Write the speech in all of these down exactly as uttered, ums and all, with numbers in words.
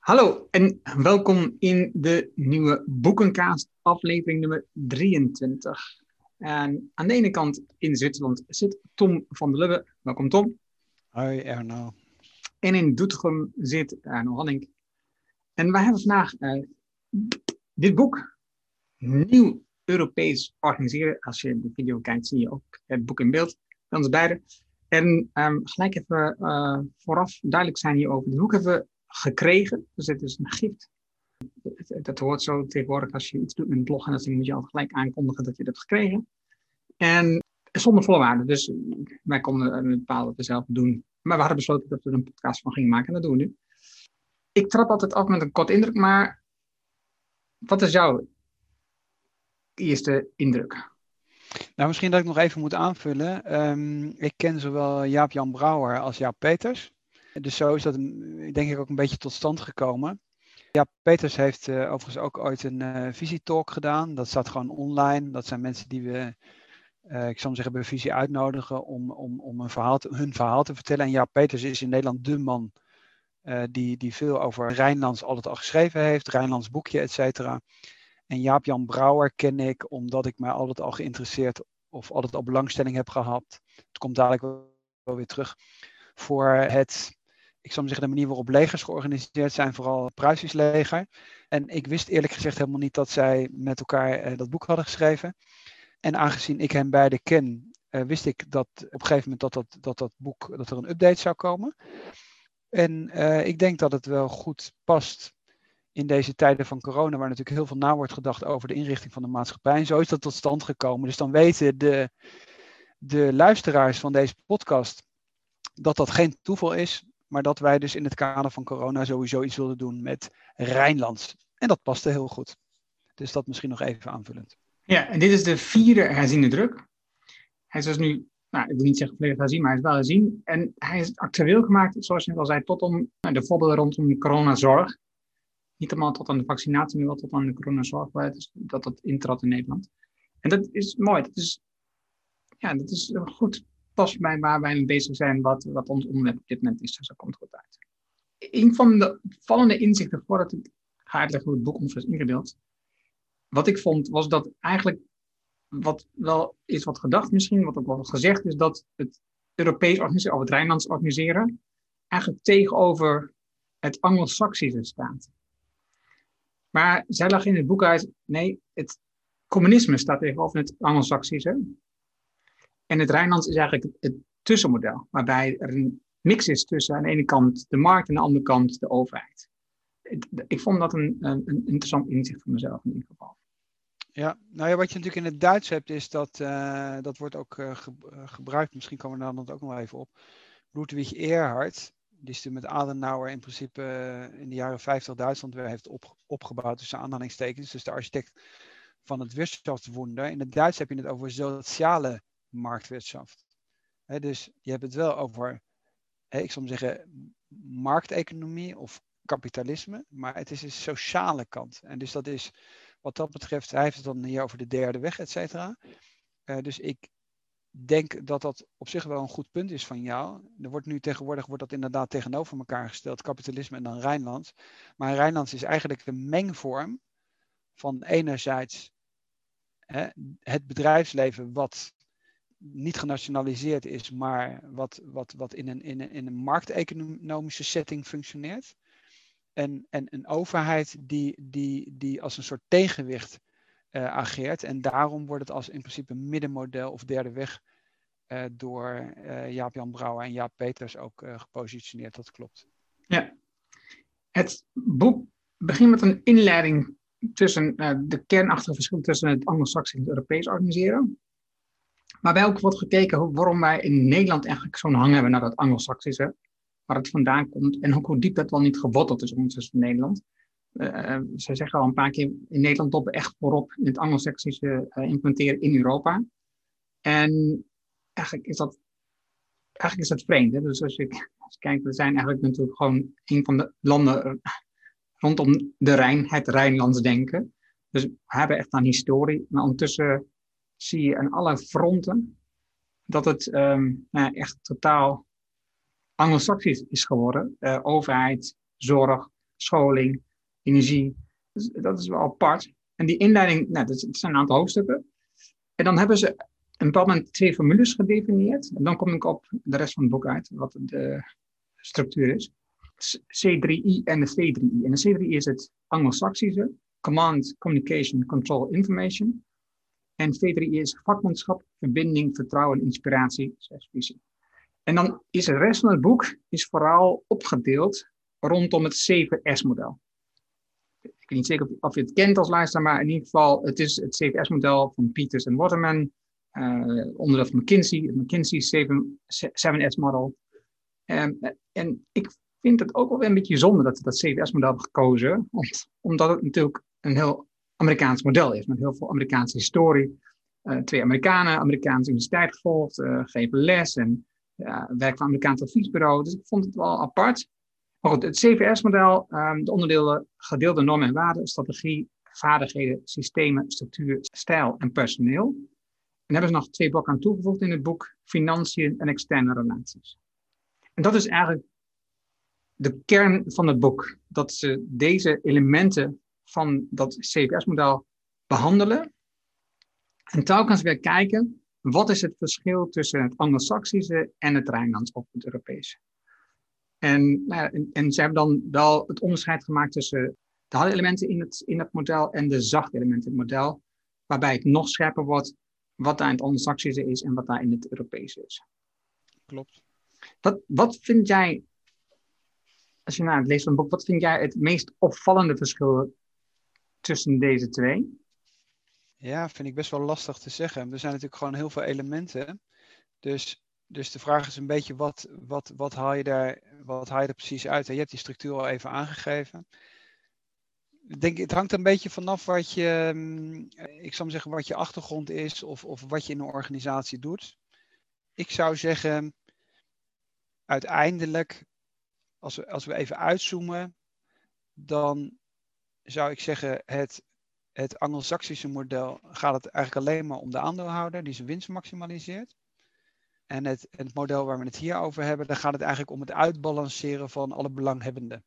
Hallo en welkom in de nieuwe Boekencast, aflevering nummer drieëntwintig. En aan de ene kant in Zwitserland zit Tom van der Lubbe. Welkom Tom. Hoi Erno. En in Doetinchem zit Arno Hanning. En wij hebben vandaag uh, dit boek, Nieuw Europees Organiseren. Als je de video kijkt zie je ook het boek in beeld, bij ons beiden. En um, gelijk even uh, vooraf duidelijk zijn hierover. Het boek hebben we gekregen, dus het is een gift. Dat hoort zo tegenwoordig als je iets doet met een blog en dan moet je al gelijk aankondigen dat je het hebt gekregen. En zonder voorwaarden, dus wij konden bepalen wat we zelf doen. Maar we hadden besloten dat we er een podcast van gingen maken en dat doen we nu. Ik trap altijd af met een kort indruk, maar wat is jouw eerste indruk? Nou, misschien dat ik nog even moet aanvullen. Um, ik ken zowel Jaap-Jan Brouwer als Jaap Peters. Dus zo is dat denk ik ook een beetje tot stand gekomen. Jaap Peters heeft uh, overigens ook ooit een uh, visietalk gedaan. Dat staat gewoon online. Dat zijn mensen die we, uh, ik zal maar zeggen, bij Visie uitnodigen om, om, om een verhaal te, hun verhaal te vertellen. En Jaap Peters is in Nederland de man uh, die, die veel over Rijnlands altijd al geschreven heeft. Rijnlands boekje, et cetera. En Jaap-Jan Brouwer ken ik omdat ik mij altijd al geïnteresseerd of altijd al belangstelling heb gehad. Het komt dadelijk wel weer terug voor het, ik zal maar zeggen, de manier waarop legers georganiseerd zijn, vooral het Pruisisch leger. En ik wist eerlijk gezegd helemaal niet dat zij met elkaar eh, dat boek hadden geschreven. En aangezien ik hen beide ken, uh, wist ik dat op een gegeven moment dat dat, dat, dat boek, dat er een update zou komen. En uh, ik denk dat het wel goed past in deze tijden van corona, waar natuurlijk heel veel na wordt gedacht over de inrichting van de maatschappij. En zo is dat tot stand gekomen. Dus dan weten de, de luisteraars van deze podcast dat dat geen toeval is, maar dat wij dus in het kader van corona sowieso iets wilden doen met Rijnlands. En dat paste heel goed. Dus dat misschien nog even aanvullend. Ja, en dit is de vierde herziene druk. Hij is dus nu, nou, ik wil niet zeggen volledig herzien, maar hij is wel herzien. En hij is actueel gemaakt, zoals je net al zei, tot om nou, de voorbeelden rondom de coronazorg. Niet allemaal tot aan de vaccinatie, maar wel tot aan de coronazorg, dus dat dat intrad in Nederland. En dat is mooi. Dat is, ja, dat is goed. Past bij waar wij mee bezig zijn, wat, wat ons onderwerp op dit moment is. Dus dat komt goed uit. Een van de opvallende inzichten, voordat ik ga uitleggen hoe het boek ons is ingedeeld. Wat ik vond, was dat eigenlijk, wat wel is wat gedacht misschien, wat ook wel gezegd is, dat het Europees organiseren, of het Rijnlands organiseren, eigenlijk tegenover het Anglo-Saxische staat. Maar zij lag in het boek uit, nee, het communisme staat tegenover het Anglo-Saxische. En het Rijnlands is eigenlijk het, het tussenmodel, waarbij er een mix is tussen aan de ene kant de markt en aan de andere kant de overheid. Ik, ik vond dat een, een, een interessant inzicht voor mezelf in ieder geval. Ja, nou ja, wat je natuurlijk in het Duits hebt is dat, uh, dat wordt ook uh, ge, uh, gebruikt, misschien komen we daar dan ook nog even op. Ludwig Erhard, die is met Adenauer in principe uh, in de jaren vijftig Duitsland weer heeft op, opgebouwd tussen aanhalingstekens. Dus de architect van het Wirtschaftswunder. In het Duits heb je het over sociale marktwirtschaft. He, dus je hebt het wel over, he, ik zal maar zeggen, markteconomie of kapitalisme, maar het is een sociale kant. En dus dat is, wat dat betreft, hij heeft het dan hier over de derde weg, et cetera. Uh, dus ik denk dat dat op zich wel een goed punt is van jou. Er wordt nu tegenwoordig wordt dat inderdaad tegenover elkaar gesteld, kapitalisme en dan Rijnlands. Maar Rijnlands is eigenlijk de mengvorm van enerzijds hè, het bedrijfsleven wat niet genationaliseerd is, maar wat, wat, wat in, een, in, een, in een markteconomische setting functioneert. En, en een overheid die, die, die als een soort tegenwicht uh, ageert. En daarom wordt het als in principe middenmodel of derde weg uh, door uh, Jaap-Jan Brouwer en Jaap Peters ook uh, gepositioneerd. Dat klopt. Ja. Het boek begint met een inleiding tussen uh, de kernachtige verschil tussen het Anglo-Saxisch en het Europees organiseren. Waarbij ook wordt gekeken waarom wij in Nederland eigenlijk zo'n hang hebben naar dat Anglo-Saxische, waar het vandaan komt en ook hoe diep dat wel niet geworteld is ons in Nederland. Uh, ze zeggen al een paar keer in Nederland op echt voorop in het Anglo-Saxische uh, implementeren in Europa. En eigenlijk is dat, eigenlijk is dat vreemd. Hè? Dus als je, als je kijkt, we zijn eigenlijk natuurlijk gewoon een van de landen rondom de Rijn, het Rijnlands denken. Dus we hebben echt een historie, maar ondertussen zie je aan alle fronten dat het um, nou, echt totaal Anglo-Saxisch is geworden. Uh, overheid, zorg, scholing, energie. Dus dat is wel apart. En die inleiding, nou, dat zijn een aantal hoofdstukken. En dan hebben ze op een bepaald moment twee formules gedefinieerd. En dan kom ik op de rest van het boek uit, wat de structuur is. C drie I en de V drie I. En de C drie I is het Anglo-Saxische, Command, Communication, Control, Information. En V drie I is vakmanschap, verbinding, vertrouwen, inspiratie, visie. En dan is de rest van het boek is vooral opgedeeld rondom het zeven S-model. Ik weet niet zeker of je het kent als luisteraar, maar in ieder geval, het is het zeven S-model van Peters en Waterman, uh, onderdeel van McKinsey, het McKinsey zeven S-model. Um, en ik vind het ook wel weer een beetje zonde dat ze dat zeven S-model hebben gekozen, omdat het natuurlijk een heel Amerikaans model is, met heel veel Amerikaanse historie. Uh, twee Amerikanen, Amerikaanse universiteit gevolgd, uh, geven les en uh, werk van Amerikaans adviesbureau. Dus ik vond het wel apart. Maar goed, het zeven S-model, um, de onderdelen gedeelde normen en waarden, strategie, vaardigheden, systemen, structuur, stijl en personeel. En daar hebben ze nog twee blokken aan toegevoegd in het boek, financiën en externe relaties. En dat is eigenlijk de kern van het boek. Dat ze deze elementen van dat zeven S-model behandelen. En telkens weer kijken, wat is het verschil tussen het Anglo-Saxische en het Rijnlands of het Europese. En, nou, en, en ze hebben dan wel het onderscheid gemaakt tussen de harde elementen in het, in het model en de zachte elementen in het model. Waarbij het nog scherper wordt wat daar in het Anglo-Saxische is en wat daar in het Europese is. Klopt. Wat, wat vind jij, als je naar het leest van het boek, wat vind jij het meest opvallende verschil tussen deze twee? Ja, vind ik best wel lastig te zeggen. Er zijn natuurlijk gewoon heel veel elementen. Dus, dus de vraag is een beetje, wat, wat, wat, haal je daar, wat haal je er precies uit? Je hebt die structuur al even aangegeven. Ik denk, het hangt een beetje vanaf wat je, ik zou maar zeggen, wat je achtergrond is of, of wat je in een organisatie doet. Ik zou zeggen, uiteindelijk, als we, als we even uitzoomen, dan zou ik zeggen, het, het Anglo-Saxische model gaat het eigenlijk alleen maar om de aandeelhouder die zijn winst maximaliseert. En het, het model waar we het hier over hebben, dan gaat het eigenlijk om het uitbalanceren van alle belanghebbenden.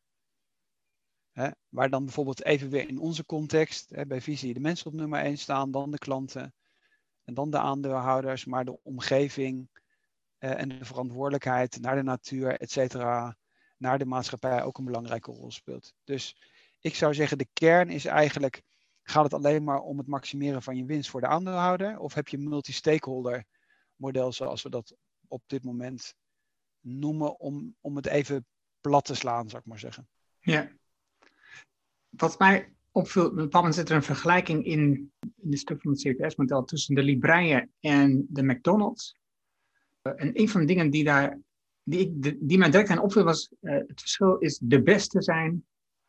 Hè, waar dan bijvoorbeeld even weer in onze context, hè, bij Visie de mensen op nummer één staan, dan de klanten en dan de aandeelhouders, maar de omgeving uh, en de verantwoordelijkheid naar de natuur, et cetera, naar de maatschappij ook een belangrijke rol speelt. Dus ik zou zeggen, de kern is eigenlijk, gaat het alleen maar om het maximeren van je winst voor de aandeelhouder? Of heb je een multi-stakeholder model zoals we dat op dit moment noemen, om, om het even plat te slaan, zou ik maar zeggen. Ja. Wat mij opviel, op een bepaald moment zit er een vergelijking in, in het stuk van het C V S-model tussen de Libraïen en de McDonald's. Uh, en een van de dingen die, daar, die, ik, de, die mij direct aan opviel was, uh, het verschil is de beste zijn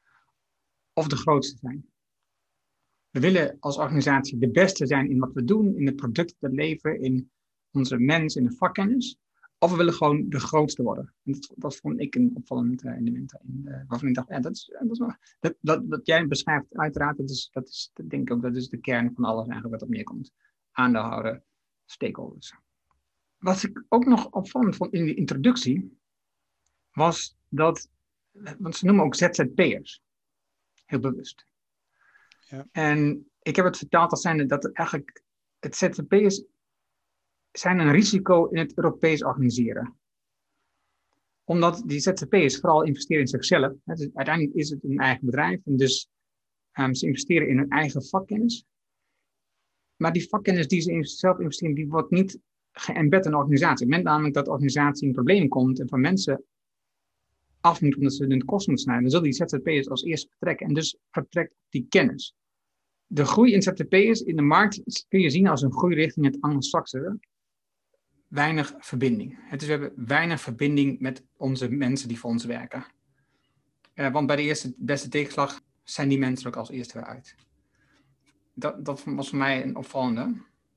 of de grootste zijn. We willen als organisatie de beste zijn in wat we doen, in het product dat we leveren, in onze mens, in de vakkennis. Of we willen gewoon de grootste worden. En dat, dat vond ik een opvallend uh, element. In, uh, waarvan ik dacht, ja, dat is, dat is wel, dat, dat, wat jij beschrijft, uiteraard, dat is, dat is, dat denk ik ook, dat is de kern van alles eigenlijk wat op neerkomt. Aandeelhouden, stakeholders. Wat ik ook nog opvallend vond in de introductie, was dat, want ze noemen ook Z Z P'ers. Heel bewust. Ja. En ik heb het vertaald als zijnde dat het eigenlijk, het Z Z P'ers zijn een risico in het Europees organiseren. Omdat die Z Z P'ers vooral investeren in zichzelf. Dus uiteindelijk is het een eigen bedrijf. En dus um, ze investeren in hun eigen vakkennis. Maar die vakkennis die ze in zichzelf investeren, die wordt niet geëmbed in de organisatie. Op het moment namelijk dat de organisatie in problemen komt en van mensen af moet omdat ze hun kosten moeten snijden, dan zullen die Z Z P'ers als eerste vertrekken. En dus vertrekt die kennis. De groei in Z Z P'ers in de markt kun je zien als een groei richting het Anglo-Saxische. Weinig verbinding. Dus we hebben weinig verbinding met onze mensen die voor ons werken. Uh, want bij de eerste beste tegenslag zijn die mensen ook als eerste weer uit. Dat, dat was voor mij een opvallende.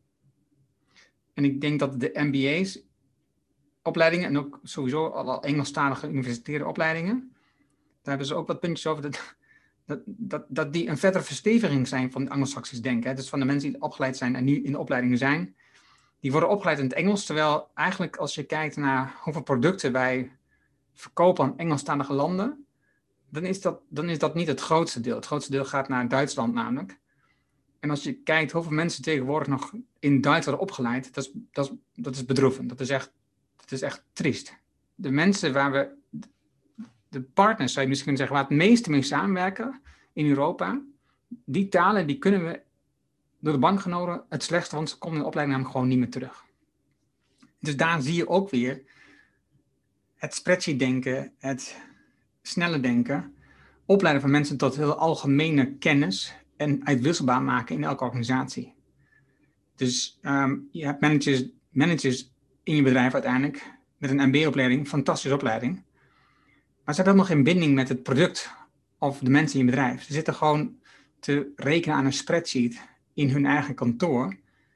En ik denk dat de M B A's opleidingen en ook sowieso al Engelstalige universitaire opleidingen, daar hebben ze ook wat puntjes over dat, dat, dat, dat die een verdere versteviging zijn van het Anglo-Saxisch denken. Hè? Dus van de mensen die opgeleid zijn en nu in de opleidingen zijn. Die worden opgeleid in het Engels, terwijl eigenlijk als je kijkt naar hoeveel producten wij verkopen aan Engelstalige landen, dan is, dat, dan is dat niet het grootste deel. Het grootste deel gaat naar Duitsland namelijk. En als je kijkt hoeveel mensen tegenwoordig nog in Duits worden opgeleid, dat is, dat is, dat is bedroevend. Dat is, echt, dat is echt triest. De mensen waar we, de partners zou je misschien zeggen, waar we het meeste mee samenwerken in Europa, die talen die kunnen we door de bank genomen het slechtste, want ze komen in de opleiding namelijk gewoon niet meer terug. Dus daar zie je ook weer het spreadsheet denken, het snelle denken, opleiden van mensen tot heel algemene kennis en uitwisselbaar maken in elke organisatie. Dus um, je hebt managers, managers in je bedrijf uiteindelijk met een M B A-opleiding, fantastische opleiding. Maar ze hebben helemaal geen binding met het product of de mensen in je bedrijf. Ze zitten gewoon te rekenen aan een spreadsheet in hun eigen kantoor.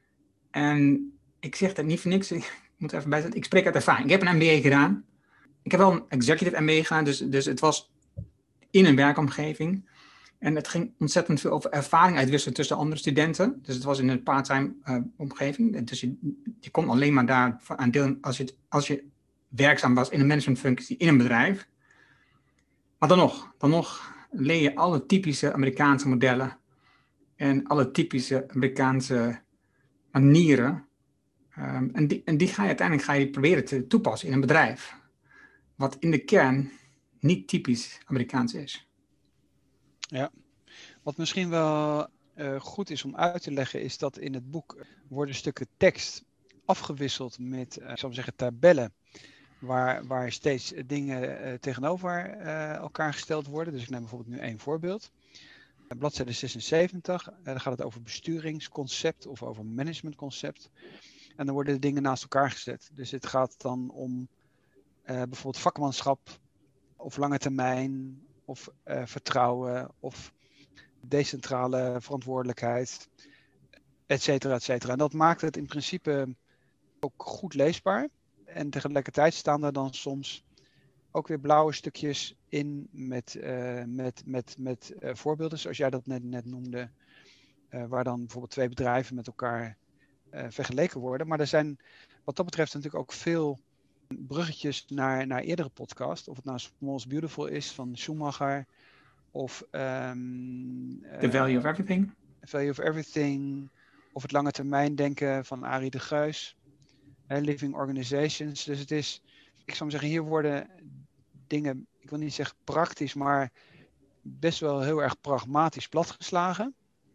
En ik zeg dat niet voor niks, ik moet er even bij zetten, ik spreek uit ervaring. Ik heb een M B A gedaan. Ik heb wel een executive M B A gedaan, dus, dus het was in een werkomgeving. En het ging ontzettend veel over ervaring uitwisselen tussen andere studenten. Dus het was in een part-time uh, omgeving. Dus je, je kon alleen maar daar aan deel als je, als je werkzaam was in een managementfunctie in een bedrijf. Maar dan nog, dan nog leer je alle typische Amerikaanse modellen en alle typische Amerikaanse manieren. Um, en, die, en die ga je uiteindelijk ga je proberen te toepassen in een bedrijf. Wat in de kern niet typisch Amerikaans is. Ja, wat misschien wel uh, goed is om uit te leggen, is dat in het boek worden stukken tekst afgewisseld met, uh, ik zal maar zeggen, tabellen, waar, waar steeds dingen uh, tegenover uh, elkaar gesteld worden. Dus ik neem bijvoorbeeld nu één voorbeeld. Uh, bladzijde zesenzeventig, uh, dan gaat het over besturingsconcept of over managementconcept. En dan worden de dingen naast elkaar gezet. Dus het gaat dan om uh, bijvoorbeeld vakmanschap of lange termijn of uh, vertrouwen of decentrale verantwoordelijkheid, et cetera, et cetera. En dat maakt het in principe ook goed leesbaar. En tegelijkertijd staan er dan soms ook weer blauwe stukjes in met, uh, met, met, met uh, voorbeelden, zoals jij dat net, net noemde, uh, waar dan bijvoorbeeld twee bedrijven met elkaar uh, vergeleken worden. Maar er zijn wat dat betreft natuurlijk ook veel bruggetjes naar, naar eerdere podcasts. Of het nou Small is Beautiful is van Schumacher. Of um, The Value of uh, Everything. Value of Everything. Of het lange termijn denken van Arie de Geus. Uh, Living Organizations. Dus het is, ik zou maar zeggen, hier worden dingen, ik wil niet zeggen praktisch, maar best wel heel erg pragmatisch platgeslagen.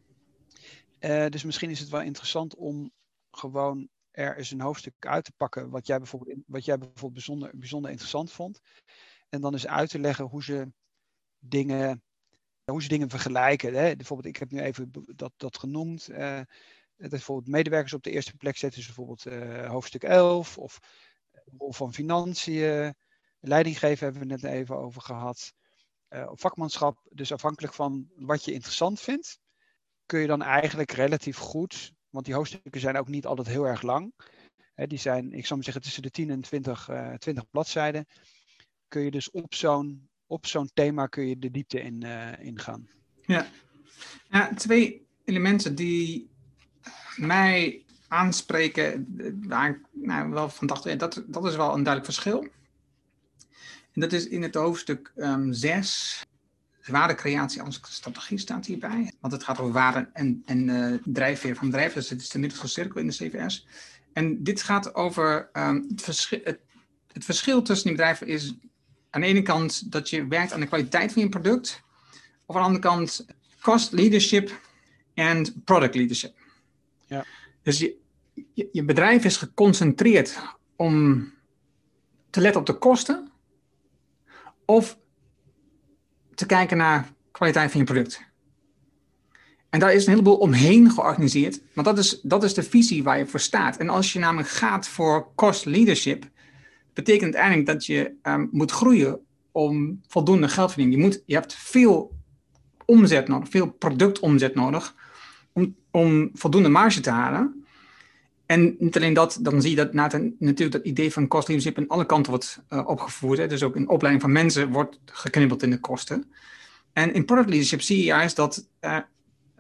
Uh, dus misschien is het wel interessant om gewoon er is een hoofdstuk uit te pakken wat jij bijvoorbeeld, wat jij bijvoorbeeld bijzonder, bijzonder interessant vond. En dan eens uit te leggen hoe ze dingen, hoe ze dingen vergelijken. Hè? Bijvoorbeeld, ik heb nu even dat, dat genoemd. Uh, dat bijvoorbeeld medewerkers op de eerste plek zetten. Dus bijvoorbeeld uh, hoofdstuk elf of rol van financiën. Leidinggeven hebben we net even over gehad. Uh, vakmanschap. Dus afhankelijk van wat je interessant vindt, kun je dan eigenlijk relatief goed. Want die hoofdstukken zijn ook niet altijd heel erg lang. He, die zijn, ik zou maar zeggen, tussen de tien en twintig, uh, twintig bladzijden. Kun je dus op zo'n, op zo'n thema kun je de diepte in, uh, ingaan. Ja. ja, twee elementen die mij aanspreken, waar ik nou, wel van dacht, dat, dat is wel een duidelijk verschil. En dat is in het hoofdstuk um, zes. Waardecreatie als strategie staat hierbij. Want het gaat over waarde en, en uh, drijfveer van bedrijven. Dus het is de middelste cirkel in de C V S. En dit gaat over um, het, verschil, het, het verschil tussen die bedrijven is aan de ene kant dat je werkt aan de kwaliteit van je product. Of aan de andere kant cost leadership en product leadership. Ja. Dus je, je, je bedrijf is geconcentreerd om te letten op de kosten. Of te kijken naar kwaliteit van je product. En daar is een heleboel omheen georganiseerd. Want dat is, dat is de visie waar je voor staat. En als je namelijk gaat voor cost leadership, betekent het eigenlijk dat je um, moet groeien om voldoende geld te verdienen. Je, moet, je hebt veel omzet nodig, veel productomzet nodig om, om voldoende marge te halen. En niet alleen dat, dan zie je dat natuurlijk dat idee van cost leadership aan alle kanten wordt uh, opgevoerd. Hè. Dus ook in opleiding van mensen wordt geknibbeld in de kosten. En in product leadership zie je juist dat uh,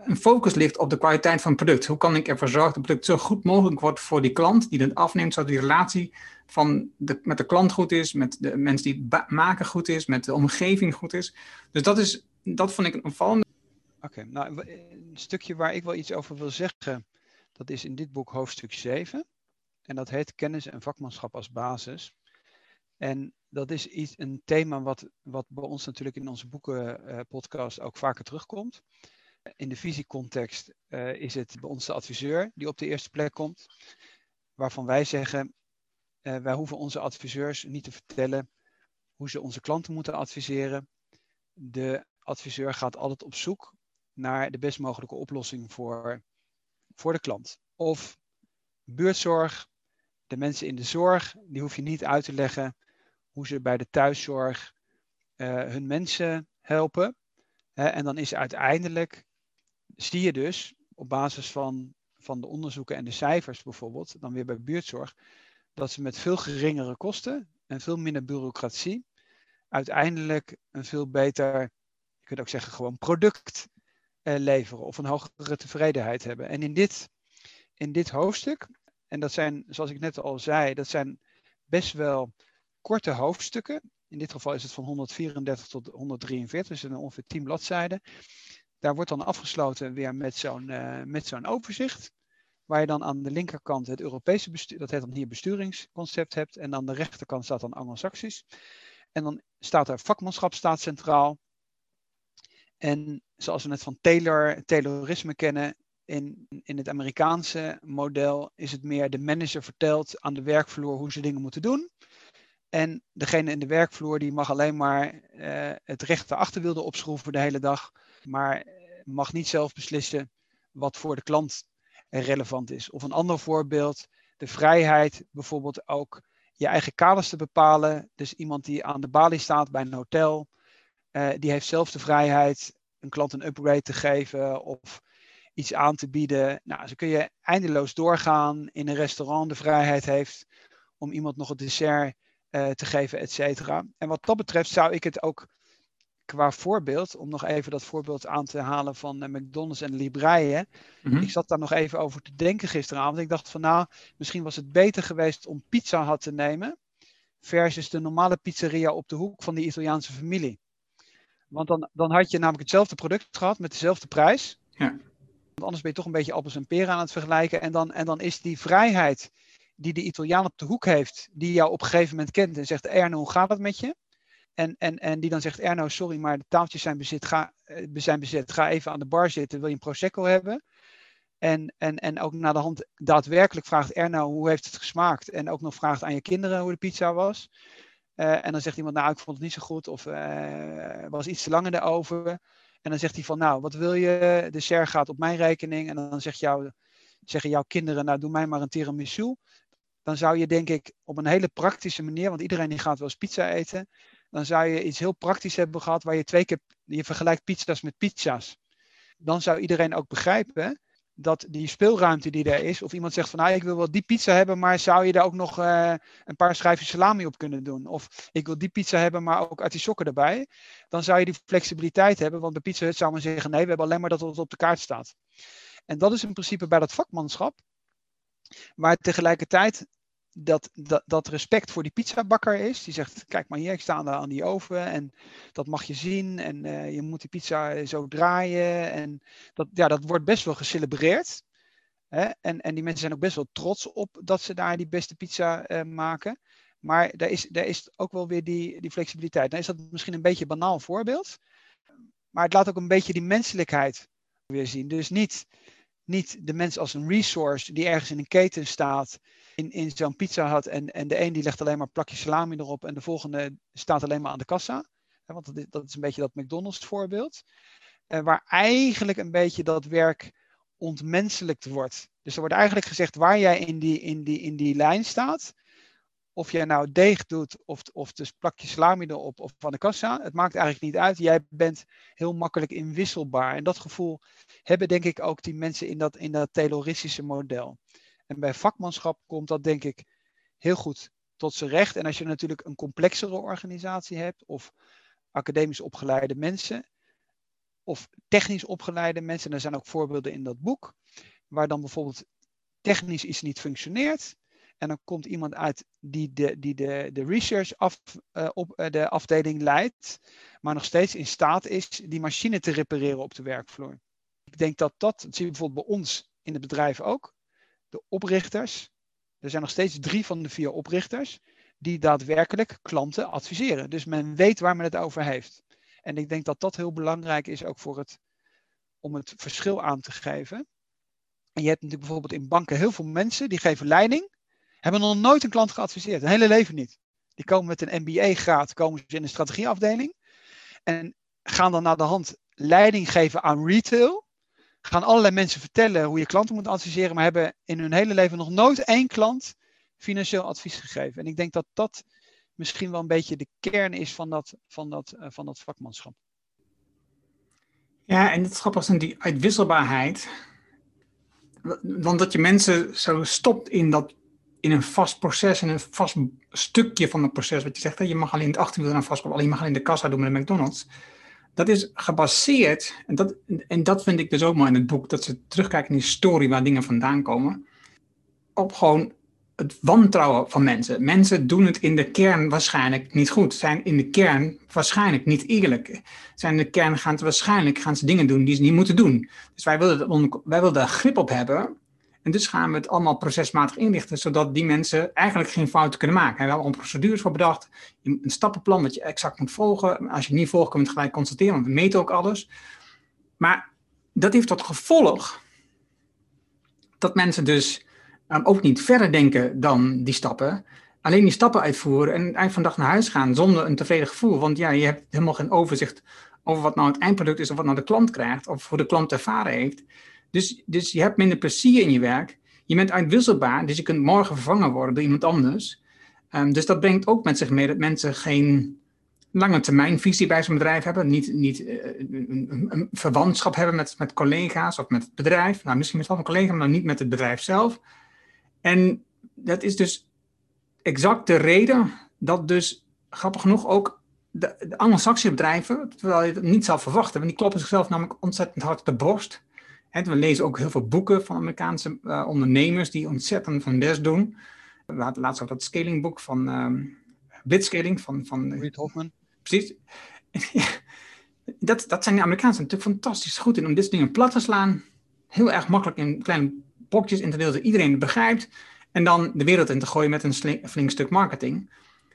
een focus ligt op de kwaliteit van het product. Hoe kan ik ervoor zorgen dat het product zo goed mogelijk wordt voor die klant die het afneemt, zodat die relatie van de, met de klant goed is, met de mensen die het ba- maken goed is, met de omgeving goed is. Dus dat, is, dat vond ik een opvallende. Oké, okay, nou een stukje waar ik wel iets over wil zeggen, dat is in dit boek hoofdstuk zeven. En dat heet kennis en vakmanschap als basis. En dat is iets, een thema wat, wat bij ons natuurlijk in onze boekenpodcast uh, ook vaker terugkomt. In de visiecontext uh, is het bij ons de adviseur die op de eerste plek komt. Waarvan wij zeggen, uh, wij hoeven onze adviseurs niet te vertellen hoe ze onze klanten moeten adviseren. De adviseur gaat altijd op zoek naar de best mogelijke oplossing voor, voor de klant. Of buurtzorg, de mensen in de zorg, die hoef je niet uit te leggen hoe ze bij de thuiszorg uh, hun mensen helpen. Hè, en dan is uiteindelijk, zie je dus op basis van, van de onderzoeken en de cijfers bijvoorbeeld, dan weer bij buurtzorg, dat ze met veel geringere kosten en veel minder bureaucratie uiteindelijk een veel beter, je kunt ook zeggen gewoon product uh, leveren of een hogere tevredenheid hebben. En in dit, in dit hoofdstuk, en dat zijn, zoals ik net al zei, dat zijn best wel korte hoofdstukken. In dit geval is het van honderdvierendertig tot honderddrieënveertig, dus een ongeveer tien bladzijden. Daar wordt dan afgesloten weer met zo'n, uh, met zo'n overzicht. Waar je dan aan de linkerkant het Europese bestuur, dat heet dan hier besturingsconcept hebt. En aan de rechterkant staat dan Anglo-Saxisch. En dan staat er vakmanschap staat centraal. En zoals we net van Taylor, Taylorisme kennen, in, in het Amerikaanse model is het meer de manager vertelt aan de werkvloer hoe ze dingen moeten doen. En degene in de werkvloer die mag alleen maar uh, het rechter achterwiel opschroeven de hele dag. Maar mag niet zelf beslissen wat voor de klant relevant is. Of een ander voorbeeld, de vrijheid bijvoorbeeld ook je eigen kaders te bepalen. Dus iemand die aan de balie staat bij een hotel, uh, die heeft zelf de vrijheid een klant een upgrade te geven of iets aan te bieden. Nou, zo kun je eindeloos doorgaan. In een restaurant de vrijheid heeft om iemand nog het dessert uh, te geven, et cetera. En wat dat betreft zou ik het ook qua voorbeeld, om nog even dat voorbeeld aan te halen van uh, McDonald's en Libraïe. Mm-hmm. Ik zat daar nog even over te denken gisteravond. Ik dacht van nou, misschien was het beter geweest om Pizza Hut te nemen versus de normale pizzeria op de hoek van die Italiaanse familie. Want dan, dan had je namelijk hetzelfde product gehad met dezelfde prijs. Ja. Want anders ben je toch een beetje appels en peren aan het vergelijken. En dan, en dan is die vrijheid die de Italiaan op de hoek heeft, die jou op een gegeven moment kent en zegt, Erno, hoe gaat het met je? En, en, en die dan zegt, Erno, sorry, maar de tafeltjes zijn bezet, ga, zijn bezet. Ga even aan de bar zitten, wil je een prosecco hebben? En, en, en ook naar de hand daadwerkelijk vraagt, Erno, hoe heeft het gesmaakt? En ook nog vraagt aan je kinderen hoe de pizza was. Uh, en dan zegt iemand, nou, ik vond het niet zo goed. Of uh, was iets te lang in de oven. En dan zegt hij van, nou, wat wil je? De dessert gaat op mijn rekening. En dan zegt jou, zeggen jouw kinderen, nou, doe mij maar een tiramisu. Dan zou je, denk ik, op een hele praktische manier, want iedereen die gaat wel eens pizza eten, dan zou je iets heel praktisch hebben gehad, waar je twee keer, je vergelijkt pizza's met pizza's. Dan zou iedereen ook begrijpen dat die speelruimte die er is, of iemand zegt van, nou, ik wil wel die pizza hebben, maar zou je daar ook nog uh, een paar schijfjes salami op kunnen doen? Of ik wil die pizza hebben, maar ook artisjokken erbij. Dan zou je die flexibiliteit hebben, want bij Pizza Hut zou men zeggen, nee, we hebben alleen maar dat het op de kaart staat. En dat is in principe bij dat vakmanschap, waar tegelijkertijd dat, dat, dat respect voor die pizzabakker is. Die zegt, kijk maar hier, ik sta daar aan die oven en dat mag je zien. En uh, je moet die pizza zo draaien. En dat, ja, dat wordt best wel gecelebreerd. Hè? En, en die mensen zijn ook best wel trots op dat ze daar die beste pizza uh, maken. Maar daar is, daar is ook wel weer die, die flexibiliteit. Dan is dat misschien een beetje een banaal voorbeeld. Maar het laat ook een beetje die menselijkheid weer zien. Dus niet... Niet de mens als een resource die ergens in een keten staat, in, in zo'n Pizza Hut en, en de een die legt alleen maar een plakje salami erop en de volgende staat alleen maar aan de kassa. Want dat is, dat is een beetje dat McDonald's voorbeeld. Uh, waar eigenlijk een beetje dat werk ontmenselijkt wordt. Dus er wordt eigenlijk gezegd waar jij in die, in die, in die lijn staat. Of jij nou deeg doet of, of dus plakje salami erop of van de kassa. Het maakt eigenlijk niet uit. Jij bent heel makkelijk inwisselbaar. En dat gevoel hebben denk ik ook die mensen in dat, in dat Tayloristische model. En bij vakmanschap komt dat denk ik heel goed tot zijn recht. En als je natuurlijk een complexere organisatie hebt of academisch opgeleide mensen. of technisch opgeleide mensen. Er zijn ook voorbeelden in dat boek, waar dan bijvoorbeeld technisch iets niet functioneert. En dan komt iemand uit die de, die de, de research af, uh, op uh, de afdeling leidt, maar nog steeds in staat is die machine te repareren op de werkvloer. Ik denk dat dat, dat zie je bijvoorbeeld bij ons in het bedrijf ook, de oprichters, er zijn nog steeds drie van de vier oprichters, die daadwerkelijk klanten adviseren. Dus men weet waar men het over heeft. En ik denk dat dat heel belangrijk is ook voor het, om het verschil aan te geven. En je hebt natuurlijk bijvoorbeeld in banken heel veel mensen die geven leiding, hebben nog nooit een klant geadviseerd, hun hele leven niet. Die komen met een M B A-graad, komen ze in een strategieafdeling en gaan dan naar de hand leiding geven aan retail. Gaan allerlei mensen vertellen hoe je klanten moet adviseren, maar hebben in hun hele leven nog nooit één klant financieel advies gegeven. En ik denk dat dat misschien wel een beetje de kern is van dat, van dat, uh, van dat vakmanschap. Ja, en het grappige is die uitwisselbaarheid. Want dat je mensen zo stopt in, dat, in een vast proces, in een vast stukje van het proces. Wat je zegt, hè, je mag alleen het achterwiel aan vastkomen, alleen je mag alleen de kassa doen met de McDonald's. Dat is gebaseerd, en dat, en dat vind ik dus ook mooi in het boek, dat ze terugkijken in die story waar dingen vandaan komen, op gewoon het wantrouwen van mensen. Mensen doen het in de kern waarschijnlijk niet goed. Zijn in de kern waarschijnlijk niet eerlijk. Zijn in de kern gaan ze waarschijnlijk gaan ze dingen doen die ze niet moeten doen. Dus wij willen, wij willen daar grip op hebben. En dus gaan we het allemaal procesmatig inrichten, zodat die mensen eigenlijk geen fouten kunnen maken. We hebben al procedures voor bedacht, een stappenplan dat je exact moet volgen. Als je het niet volgt, kunnen we het gelijk constateren, want we meten ook alles. Maar dat heeft tot gevolg dat mensen dus um, ook niet verder denken dan die stappen. Alleen die stappen uitvoeren en eind van de dag naar huis gaan zonder een tevreden gevoel. Want ja, je hebt helemaal geen overzicht over wat nou het eindproduct is of wat nou de klant krijgt of hoe de klant ervaren heeft. Dus, dus je hebt minder plezier in je werk. Je bent uitwisselbaar, dus je kunt morgen vervangen worden door iemand anders. Um, dus dat brengt ook met zich mee dat mensen geen lange termijn visie bij zo'n bedrijf hebben. Niet, niet uh, een, een, een verwantschap hebben met, met collega's of met het bedrijf. Nou, misschien met wel een collega, maar niet met het bedrijf zelf. En dat is dus exact de reden dat dus, grappig genoeg, ook de, de Anglo-Saxische bedrijven, terwijl je het niet zou verwachten, want die kloppen zichzelf namelijk ontzettend hard op de borst. He, we lezen ook heel veel boeken van Amerikaanse uh, ondernemers die ontzettend van best doen. Laatst ook dat scalingboek van um, Blitzscaling van, van Reid Hoffman. Precies. dat, dat zijn de Amerikanen natuurlijk fantastisch goed in om dit soort dingen plat te slaan. Heel erg makkelijk in kleine blokjes in te delen dat iedereen het begrijpt. En dan de wereld in te gooien met een sling, flink stuk marketing.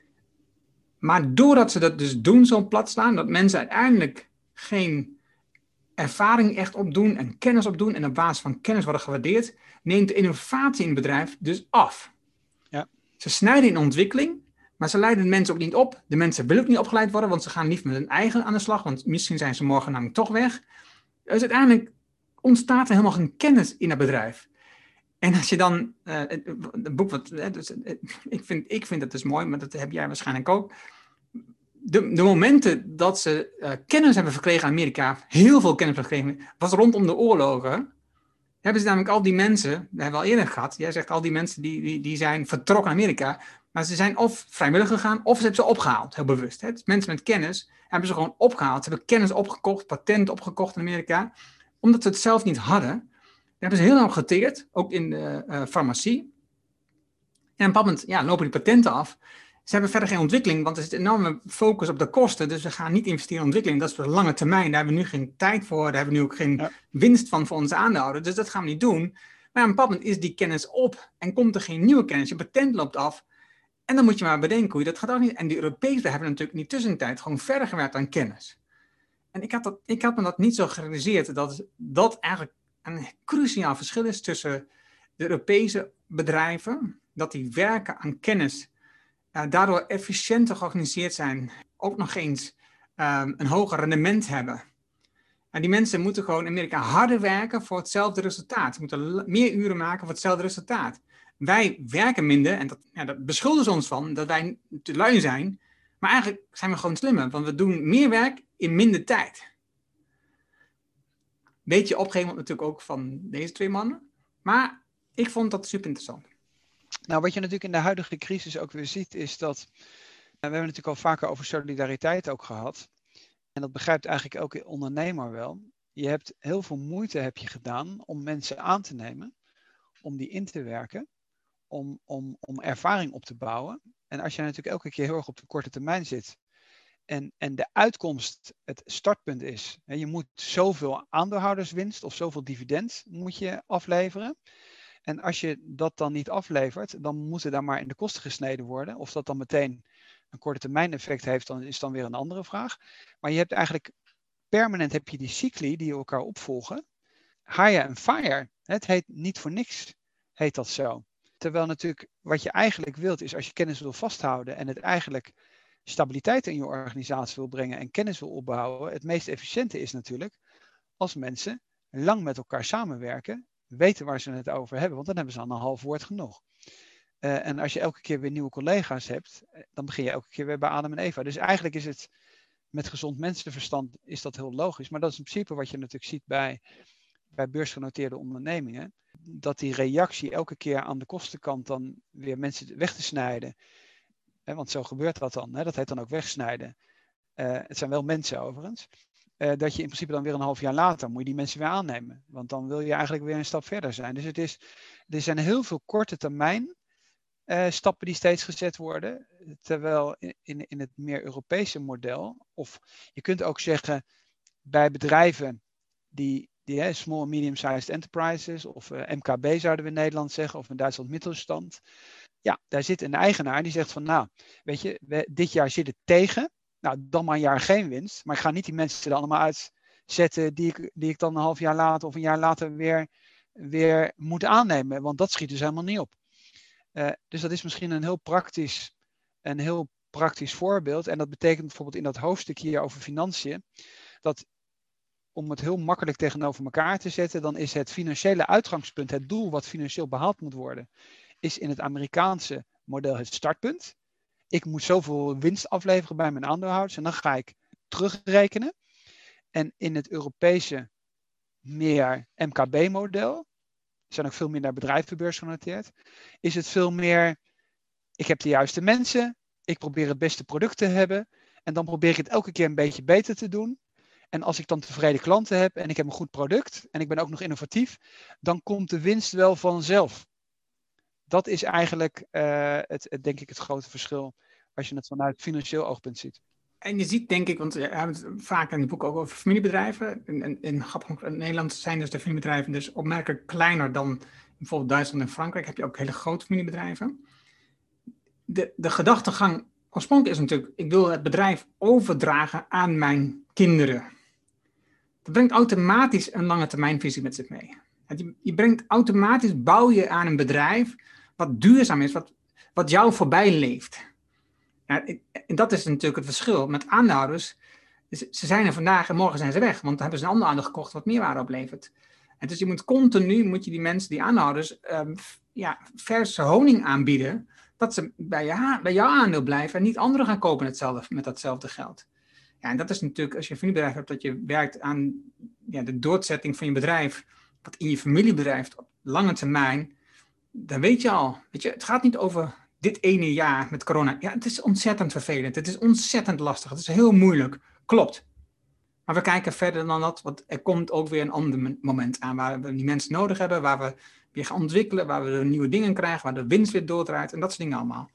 Maar doordat ze dat dus doen, zo plat slaan, dat mensen uiteindelijk geen ervaring echt opdoen en kennis opdoen en op basis van kennis worden gewaardeerd, neemt de innovatie in het bedrijf dus af. Ja. Ze snijden in ontwikkeling, maar ze leiden de mensen ook niet op. De mensen willen ook niet opgeleid worden, want ze gaan liever met hun eigen aan de slag, want misschien zijn ze morgen namelijk toch weg. Dus uiteindelijk ontstaat er helemaal geen kennis in het bedrijf. En als je dan, uh, het, het boek wat, uh, dus, uh, ik, vind, ik vind dat dus mooi, maar dat heb jij waarschijnlijk ook. De, de momenten dat ze uh, kennis hebben verkregen in Amerika, heel veel kennis hebben verkregen, was rondom de oorlogen. Hebben ze namelijk al die mensen, dat hebben we al eerder gehad, jij zegt al die mensen die, die, die zijn vertrokken naar Amerika, maar ze zijn of vrijwillig gegaan, of ze hebben ze opgehaald, heel bewust. Hè? Dus mensen met kennis hebben ze gewoon opgehaald. Ze hebben kennis opgekocht, patent opgekocht in Amerika, omdat ze het zelf niet hadden. Daar hebben ze heel lang geteerd, ook in de uh, farmacie. En op een bepaald moment ja, lopen die patenten af. Ze hebben verder geen ontwikkeling, want er is een enorme focus op de kosten. Dus we gaan niet investeren in ontwikkeling. Dat is voor de lange termijn. Daar hebben we nu geen tijd voor. Daar hebben we nu ook geen ja. winst van voor onze aandeelhouders. Dus dat gaan we niet doen. Maar op een bepaald moment is die kennis op. En komt er geen nieuwe kennis. Je patent loopt af. En dan moet je maar bedenken hoe je dat gaat ook niet. En de Europezen hebben natuurlijk in die tussentijd gewoon verder gewerkt aan kennis. En ik had, dat, ik had me dat niet zo gerealiseerd. Dat dat eigenlijk een cruciaal verschil is tussen de Europese bedrijven. Dat die werken aan kennis. Uh, daardoor efficiënter georganiseerd zijn, ook nog eens um, een hoger rendement hebben. En die mensen moeten gewoon in Amerika harder werken voor hetzelfde resultaat. Ze moeten l- meer uren maken voor hetzelfde resultaat. Wij werken minder, en dat, ja, dat beschuldigen ze ons van, dat wij te lui zijn. Maar eigenlijk zijn we gewoon slimmer, want we doen meer werk in minder tijd. Beetje opgeven natuurlijk ook van deze twee mannen. Maar ik vond dat super interessant. Nou, wat je natuurlijk in de huidige crisis ook weer ziet, is dat, we hebben natuurlijk al vaker over solidariteit ook gehad. en dat begrijpt eigenlijk elke ondernemer wel. Je hebt heel veel moeite heb je gedaan om mensen aan te nemen, om die in te werken, om, om, om ervaring op te bouwen. En als je natuurlijk elke keer heel erg op de korte termijn zit en, en de uitkomst het startpunt is, hè, je moet zoveel aandeelhouderswinst of zoveel dividend moet je afleveren. En als je dat dan niet aflevert, dan moeten daar maar in de kosten gesneden worden. Of dat dan meteen een korte termijn effect heeft, dan is dan weer een andere vraag. Maar je hebt eigenlijk permanent heb je die cycli die elkaar opvolgen. Hire en fire. Het heet niet voor niks, heet dat zo. Terwijl natuurlijk wat je eigenlijk wilt is als je kennis wil vasthouden en het eigenlijk stabiliteit in je organisatie wil brengen en kennis wil opbouwen. Het meest efficiënte is natuurlijk als mensen lang met elkaar samenwerken, weten waar ze het over hebben, want dan hebben ze aan een half woord genoeg. Uh, en als je elke keer weer nieuwe collega's hebt, dan begin je elke keer weer bij Adam en Eva. Dus eigenlijk is het met gezond mensenverstand is dat heel logisch. Maar dat is in principe wat je natuurlijk ziet bij, bij beursgenoteerde ondernemingen. Dat die reactie elke keer aan de kostenkant dan weer mensen weg te snijden. Hè, want zo gebeurt dat dan. Hè, dat heet dan ook wegsnijden. Uh, het zijn wel mensen overigens. Uh, dat je in principe dan weer een half jaar later moet je die mensen weer aannemen. Want dan wil je eigenlijk weer een stap verder zijn. Dus het is, er zijn heel veel korte termijn uh, stappen die steeds gezet worden. Terwijl in, in het meer Europese model, of je kunt ook zeggen bij bedrijven die, die hè, small and medium-sized enterprises, of uh, M K B zouden we in Nederland zeggen, of in Duitsland middelstand. Ja, daar zit een eigenaar die zegt van nou, weet je, we, dit jaar zit het tegen. Nou, dan maar een jaar geen winst. Maar ik ga niet die mensen er allemaal uitzetten die ik, die ik dan een half jaar later of een jaar later weer, weer moet aannemen. Want dat schiet dus helemaal niet op. Uh, dus dat is misschien een heel praktisch, een heel praktisch voorbeeld. En dat betekent bijvoorbeeld in dat hoofdstuk hier over financiën, dat om het heel makkelijk tegenover elkaar te zetten, dan is het financiële uitgangspunt, het doel wat financieel behaald moet worden, is in het Amerikaanse model het startpunt. Ik moet zoveel winst afleveren bij mijn aandeelhouders en dan ga ik terugrekenen. En in het Europese meer M K B-model, er zijn ook veel meer naar bedrijvenbeurs genoteerd, is het veel meer, ik heb de juiste mensen, ik probeer het beste product te hebben en dan probeer ik het elke keer een beetje beter te doen. En als ik dan tevreden klanten heb en ik heb een goed product en ik ben ook nog innovatief, dan komt de winst wel vanzelf. Dat is eigenlijk uh, het, het, denk ik het grote verschil als je het vanuit financieel oogpunt ziet. En je ziet denk ik, want we hebben het vaak in het boek ook over familiebedrijven. In, in, in, in Nederland zijn dus de familiebedrijven dus opmerkelijk kleiner dan bijvoorbeeld Duitsland en Frankrijk. Heb je ook hele grote familiebedrijven. De, de gedachtegang oorspronkelijk is natuurlijk, ik wil het bedrijf overdragen aan mijn kinderen. Dat brengt automatisch een lange termijnvisie met zich mee. Je, je brengt automatisch, bouw je aan een bedrijf wat duurzaam is, wat, wat jou voorbij leeft. Ja, en dat is natuurlijk het verschil met aandeelhouders. Ze zijn er vandaag en morgen zijn ze weg, want dan hebben ze een ander aandeel gekocht wat meerwaarde oplevert. En dus je moet continu, moet je die mensen, die aandeelhouders, um, ja, verse honing aanbieden, dat ze bij, je, bij jouw aandeel blijven en niet anderen gaan kopen hetzelfde, met datzelfde geld. Ja, en dat is natuurlijk, als je een familiebedrijf hebt, dat je werkt aan ja, de doorzetting van je bedrijf, wat in je familiebedrijf op lange termijn, dan weet je al, weet je, het gaat niet over dit ene jaar met corona. Ja, het is ontzettend vervelend, het is ontzettend lastig, het is heel moeilijk, klopt. Maar we kijken verder dan dat, want er komt ook weer een ander moment aan, waar we die mensen nodig hebben, waar we weer gaan ontwikkelen, waar we nieuwe dingen krijgen, waar de winst weer doordraait en dat soort dingen allemaal.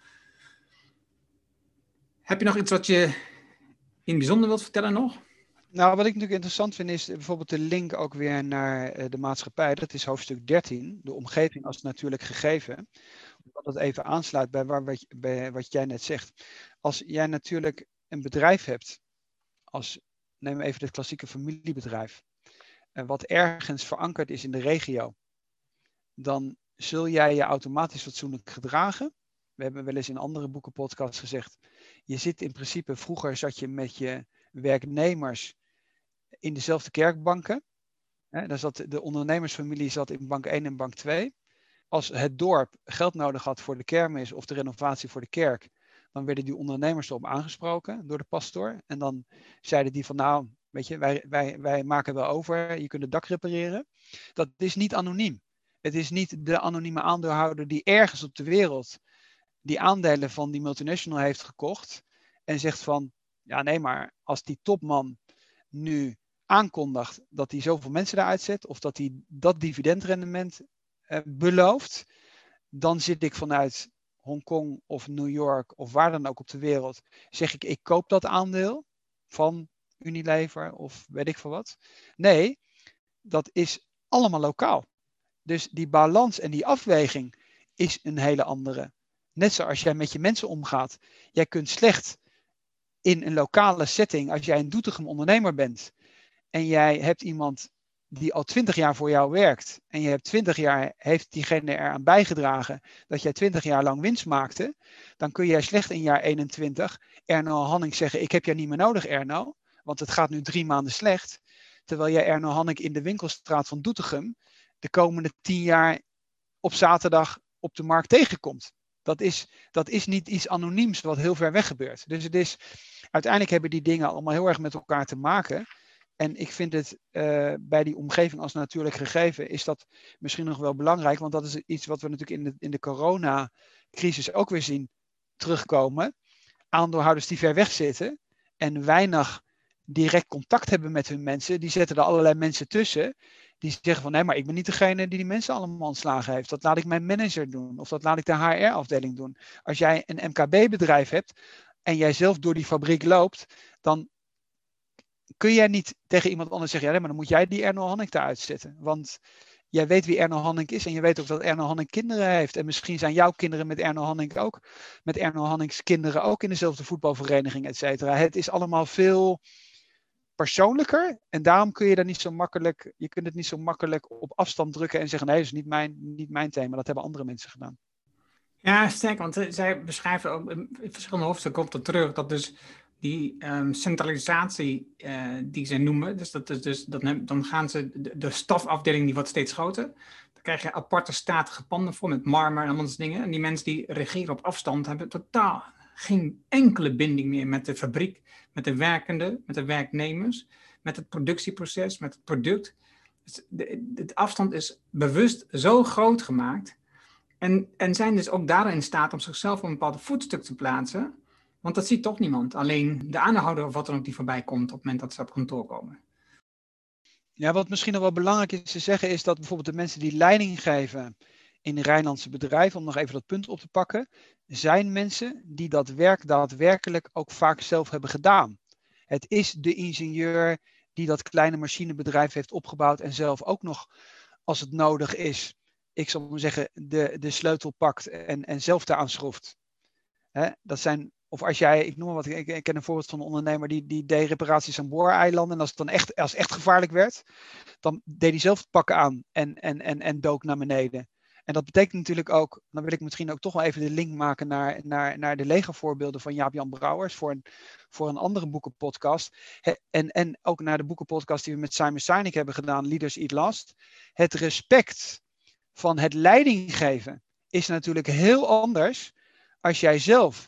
Heb je nog iets wat je in het bijzonder wilt vertellen nog? Nou, wat ik natuurlijk interessant vind is bijvoorbeeld de link ook weer naar de maatschappij. Dat is hoofdstuk dertien, de omgeving als natuurlijk gegeven. Omdat dat even aansluit bij, waar, wat, bij wat jij net zegt. Als jij natuurlijk een bedrijf hebt, als, neem even het klassieke familiebedrijf, wat ergens verankerd is in de regio, dan zul jij je automatisch fatsoenlijk gedragen. We hebben wel eens in andere boekenpodcasts gezegd, je zit in principe, vroeger zat je met je werknemers in dezelfde kerkbanken. Daar zat, de ondernemersfamilie zat in bank één en bank twee. Als het dorp geld nodig had voor de kermis of de renovatie voor de kerk, dan werden die ondernemers erop aangesproken door de pastoor. En dan zeiden die van nou, weet je, wij, wij, wij maken wel over, je kunt het dak repareren. Dat is niet anoniem. Het is niet de anonieme aandeelhouder die ergens op de wereld die aandelen van die multinational heeft gekocht en zegt van, ja nee, maar als die topman nu aankondigt dat hij zoveel mensen eruit zet, of dat hij dat dividendrendement uh, belooft, dan zit ik vanuit Hongkong of New York of waar dan ook op de wereld, zeg ik, ik koop dat aandeel van Unilever of weet ik veel wat. Nee, dat is allemaal lokaal. Dus die balans en die afweging is een hele andere. Net zoals jij met je mensen omgaat. Jij kunt slecht in een lokale setting, als jij een Doetinchem ondernemer bent en jij hebt iemand die al twintig jaar voor jou werkt en je hebt twintig jaar, heeft diegene eraan bijgedragen dat jij twintig jaar lang winst maakte, dan kun jij slecht in jaar eenentwintig Erno Hannink zeggen, ik heb jou niet meer nodig Erno, want het gaat nu drie maanden slecht, terwijl jij Erno Hannink in de winkelstraat van Doetinchem de komende tien jaar op zaterdag op de markt tegenkomt. Dat is, dat is niet iets anoniems wat heel ver weg gebeurt. Dus het is, uiteindelijk hebben die dingen allemaal heel erg met elkaar te maken. En ik vind het uh, bij die omgeving als natuurlijk gegeven is dat misschien nog wel belangrijk. Want dat is iets wat we natuurlijk in de, in de coronacrisis ook weer zien terugkomen. Aandeelhouders die ver weg zitten en weinig direct contact hebben met hun mensen. Die zetten er allerlei mensen tussen. Die zeggen van nee, maar ik ben niet degene die die mensen allemaal ontslagen heeft. Dat laat ik mijn manager doen. Of dat laat ik de H R-afdeling doen. Als jij een M K B-bedrijf hebt en jij zelf door die fabriek loopt, dan kun jij niet tegen iemand anders zeggen, ja, nee, maar dan moet jij die Erno Hannink eruit zetten. Want jij weet wie Erno Hannink is en je weet ook dat Erno Hannink kinderen heeft. En misschien zijn jouw kinderen met Erno Hannink ook, met Erno Hannink's kinderen ook in dezelfde voetbalvereniging, et cetera. Het is allemaal veel persoonlijker en daarom kun je daar niet zo makkelijk, je kunt het niet zo makkelijk op afstand drukken en zeggen, nee, dat is niet mijn, niet mijn thema, dat hebben andere mensen gedaan. Ja, sterk, want uh, zij beschrijven ook in verschillende hoofdstukken komt er terug dat dus die um, centralisatie uh, die ze noemen, dus, dat is dus dat, dan gaan ze, de, de stafafdeling die wordt steeds groter, dan krijg je aparte statige panden voor met marmer en allemaal dat dingen en die mensen die regeren op afstand hebben totaal geen enkele binding meer met de fabriek, met de werkenden, met de werknemers, met het productieproces, met het product. Dus de, de afstand is bewust zo groot gemaakt en, en zijn dus ook daarin in staat om zichzelf op een bepaald voetstuk te plaatsen. Want dat ziet toch niemand. Alleen de aandeelhouder of wat dan ook die voorbij komt op het moment dat ze op kantoor komen. Ja, wat misschien nog wel belangrijk is te zeggen is dat bijvoorbeeld de mensen die leiding geven in de Rijnlandse bedrijven, om nog even dat punt op te pakken, zijn mensen die dat werk daadwerkelijk ook vaak zelf hebben gedaan. Het is de ingenieur die dat kleine machinebedrijf heeft opgebouwd en zelf ook nog, als het nodig is, ik zal maar zeggen, de, de sleutel pakt en, en zelf daaraan schroeft. Hè, dat zijn, of als jij, ik noem maar wat, ik, ik ken een voorbeeld van een ondernemer die, die deed reparaties aan booreilanden en als het dan echt, als het echt gevaarlijk werd, dan deed hij zelf het pakken aan en, en, en, en dook naar beneden. En dat betekent natuurlijk ook, dan wil ik misschien ook toch wel even de link maken naar, naar, naar de legervoorbeelden van Jaap-Jan Brouwers voor een, voor een andere boekenpodcast. He, en, en ook naar de boekenpodcast die we met Simon Sinek hebben gedaan, Leaders Eat Last. Het respect van het leidinggeven is natuurlijk heel anders als jij zelf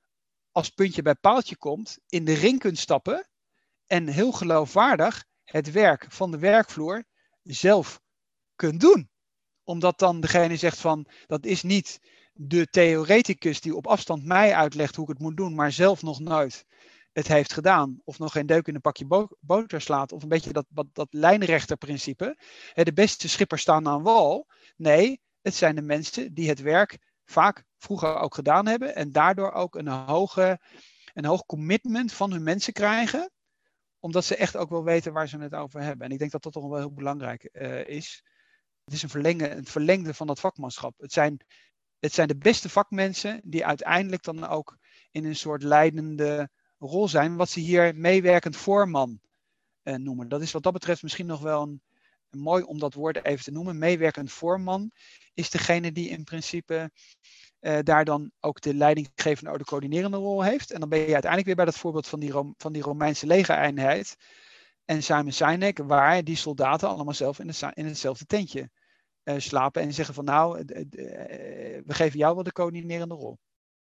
als puntje bij paaltje komt, in de ring kunt stappen en heel geloofwaardig het werk van de werkvloer zelf kunt doen. Omdat dan degene zegt van, dat is niet de theoreticus die op afstand mij uitlegt hoe ik het moet doen, maar zelf nog nooit het heeft gedaan. Of nog geen deuk in een pakje bo- boter slaat. Of een beetje dat, dat, dat lijnrechterprincipe. He, de beste schippers staan aan wal. Nee, het zijn de mensen die het werk vaak vroeger ook gedaan hebben. En daardoor ook een, hoge, een hoog commitment van hun mensen krijgen. Omdat ze echt ook wel weten waar ze het over hebben. En ik denk dat dat toch wel heel belangrijk uh, is. Het is een, verlengen, een verlengde van dat vakmanschap. Het zijn, het zijn de beste vakmensen die uiteindelijk dan ook in een soort leidende rol zijn. Wat ze hier meewerkend voorman uh, noemen. Dat is wat dat betreft misschien nog wel een, een mooi om dat woord even te noemen. Meewerkend voorman is degene die in principe uh, daar dan ook de leidinggevende of de coördinerende rol heeft. En dan ben je uiteindelijk weer bij dat voorbeeld van die, Ro- van die Romeinse legereenheid. En Simon Sinek, waar die soldaten allemaal zelf in, het, in hetzelfde tentje uh, slapen en zeggen van nou, uh, uh, we geven jou wel de coördinerende rol.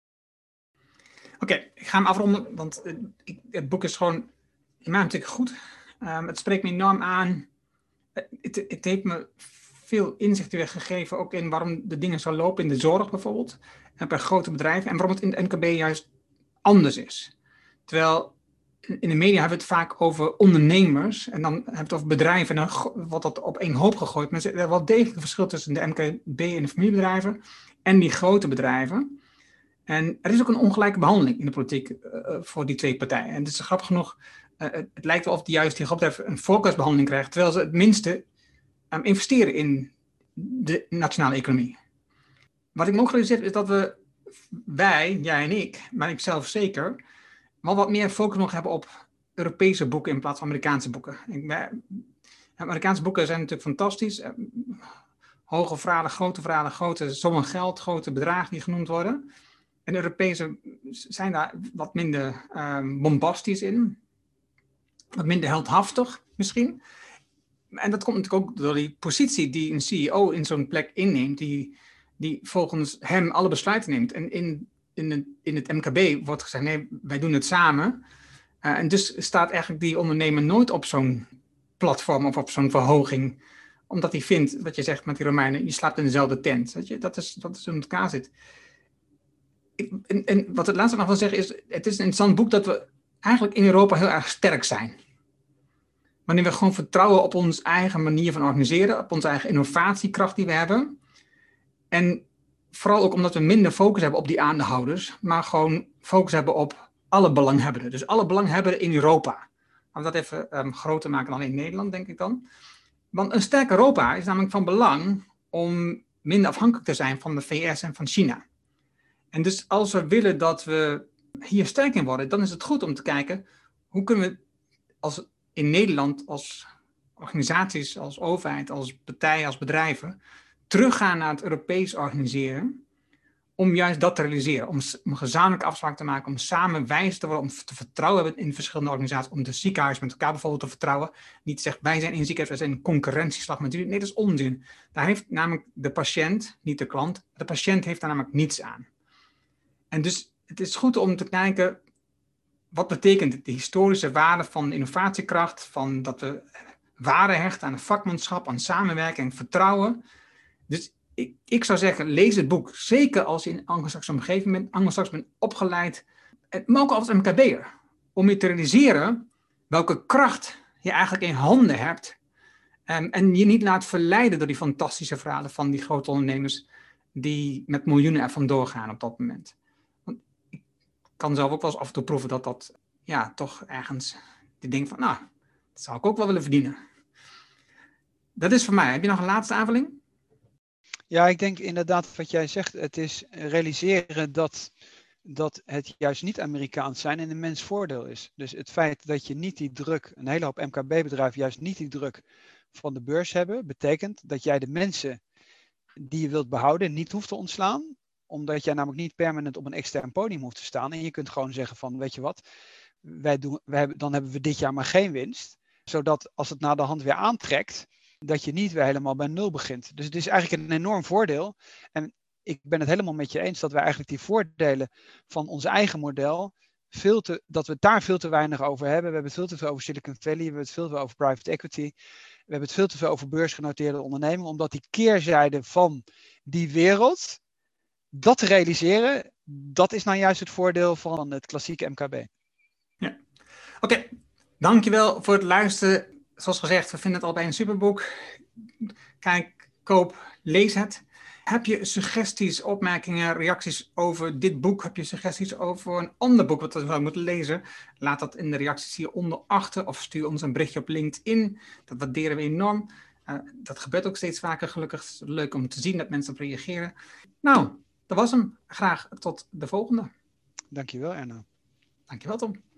Oké, okay, ik ga hem afronden, want uh, ik, het boek is gewoon in mij natuurlijk goed. Um, het spreekt me enorm aan. Uh, het, het heeft me veel inzicht weer gegeven, ook in waarom de dingen zo lopen in de zorg bijvoorbeeld. En bij grote bedrijven en waarom het in de M K B juist anders is. Terwijl in de media hebben we het vaak over ondernemers. En dan hebben we het over bedrijven. En dan wordt dat op één hoop gegooid. Maar er is wel degelijk een verschil tussen de M K B en de familiebedrijven. En die grote bedrijven. En er is ook een ongelijke behandeling in de politiek uh, voor die twee partijen. En het is grappig genoeg. Uh, het lijkt wel of die juist die grote bedrijven een voorkeursbehandeling krijgen. Terwijl ze het minste um, investeren in de nationale economie. Wat ik me ook realiseer is dat we, wij, jij en ik, maar ik zelf zeker, wel wat meer focus nog hebben op Europese boeken in plaats van Amerikaanse boeken. Ik, Amerikaanse boeken zijn natuurlijk fantastisch. Hoge verhalen, grote verhalen, grote sommen geld, grote bedragen die genoemd worden. En de Europese zijn daar wat minder um, bombastisch in. Wat minder heldhaftig misschien. En dat komt natuurlijk ook door die positie die een C E O in zo'n plek inneemt, die, die volgens hem alle besluiten neemt. En in, in, het, in het M K B wordt gezegd, nee, wij doen het samen. Uh, en dus staat eigenlijk die ondernemer nooit op zo'n platform of op zo'n verhoging. Omdat hij vindt, wat je zegt met die Romeinen, je slaapt in dezelfde tent. Weet je? Dat is wat er in elkaar zit. Ik, en, en wat het laatste nog wil zeggen is, het is een interessant boek dat we eigenlijk in Europa heel erg sterk zijn. Wanneer we gewoon vertrouwen op onze eigen manier van organiseren, op onze eigen innovatiekracht die we hebben. En vooral ook omdat we minder focus hebben op die aandeelhouders, maar gewoon focus hebben op alle belanghebbenden. Dus alle belanghebbenden in Europa. Laten we dat even um, groter maken dan in Nederland, denk ik dan. Want een sterk Europa is namelijk van belang om minder afhankelijk te zijn van de V S en van China. En dus als we willen dat we hier sterk in worden, dan is het goed om te kijken, hoe kunnen we als in Nederland als organisaties, als overheid, als partijen, als bedrijven, teruggaan naar het Europees organiseren, om juist dat te realiseren, om, om gezamenlijke afspraken te maken, om samen wijs te worden, om te vertrouwen hebben in verschillende organisaties, om de ziekenhuizen met elkaar bijvoorbeeld te vertrouwen. Niet te zeggen, wij zijn in ziekenhuis, wij zijn in concurrentieslag met jullie. Nee, dat is onzin. Daar heeft namelijk de patiënt, niet de klant, de patiënt heeft daar namelijk niets aan. En dus het is goed om te kijken, wat betekent de historische waarde van innovatiekracht, van dat we waarde hechten aan vakmanschap, aan samenwerking en vertrouwen. Dus ik, ik zou zeggen, lees het boek. Zeker als je in een Anglo-Saxische omgeving bent, Anglo-Saxisch bent opgeleid. Maar ook als M K B'er. Om je te realiseren welke kracht je eigenlijk in handen hebt. Um, en je niet laat verleiden door die fantastische verhalen van die grote ondernemers die met miljoenen ervan doorgaan op dat moment. Want ik kan zelf ook wel eens af en toe proeven dat dat ja, toch ergens, die denkt van, nou, dat zou ik ook wel willen verdienen. Dat is voor mij. Heb je nog een laatste aanvulling? Ja, ik denk inderdaad wat jij zegt. Het is realiseren dat, dat het juist niet Amerikaans zijn en een mens voordeel is. Dus het feit dat je niet die druk, een hele hoop M K B-bedrijven juist niet die druk van de beurs hebben, betekent dat jij de mensen die je wilt behouden niet hoeft te ontslaan. Omdat jij namelijk niet permanent op een extern podium hoeft te staan. En je kunt gewoon zeggen van, weet je wat, wij doen, wij hebben, dan hebben we dit jaar maar geen winst. Zodat als het naar de hand weer aantrekt, dat je niet weer helemaal bij nul begint. Dus het is eigenlijk een enorm voordeel. En ik ben het helemaal met je eens dat wij eigenlijk die voordelen van ons eigen model, veel te, dat we het daar veel te weinig over hebben. We hebben het veel te veel over Silicon Valley, we hebben het veel te veel over private equity. We hebben het veel te veel over beursgenoteerde ondernemingen, omdat die keerzijde van die wereld, dat te realiseren, dat is nou juist het voordeel van het klassieke M K B. Ja. Oké, okay. Dankjewel voor het luisteren. Zoals gezegd, we vinden het allebei een superboek. Kijk, koop, lees het. Heb je suggesties, opmerkingen, reacties over dit boek? Heb je suggesties over een ander boek wat we zou moeten lezen? Laat dat in de reacties hieronder achter of stuur ons een berichtje op LinkedIn. Dat waarderen we enorm. Uh, dat gebeurt ook steeds vaker gelukkig. Het is leuk om te zien dat mensen op reageren. Nou, dat was hem. Graag tot de volgende. Dankjewel, Erno. Dankjewel, Tom.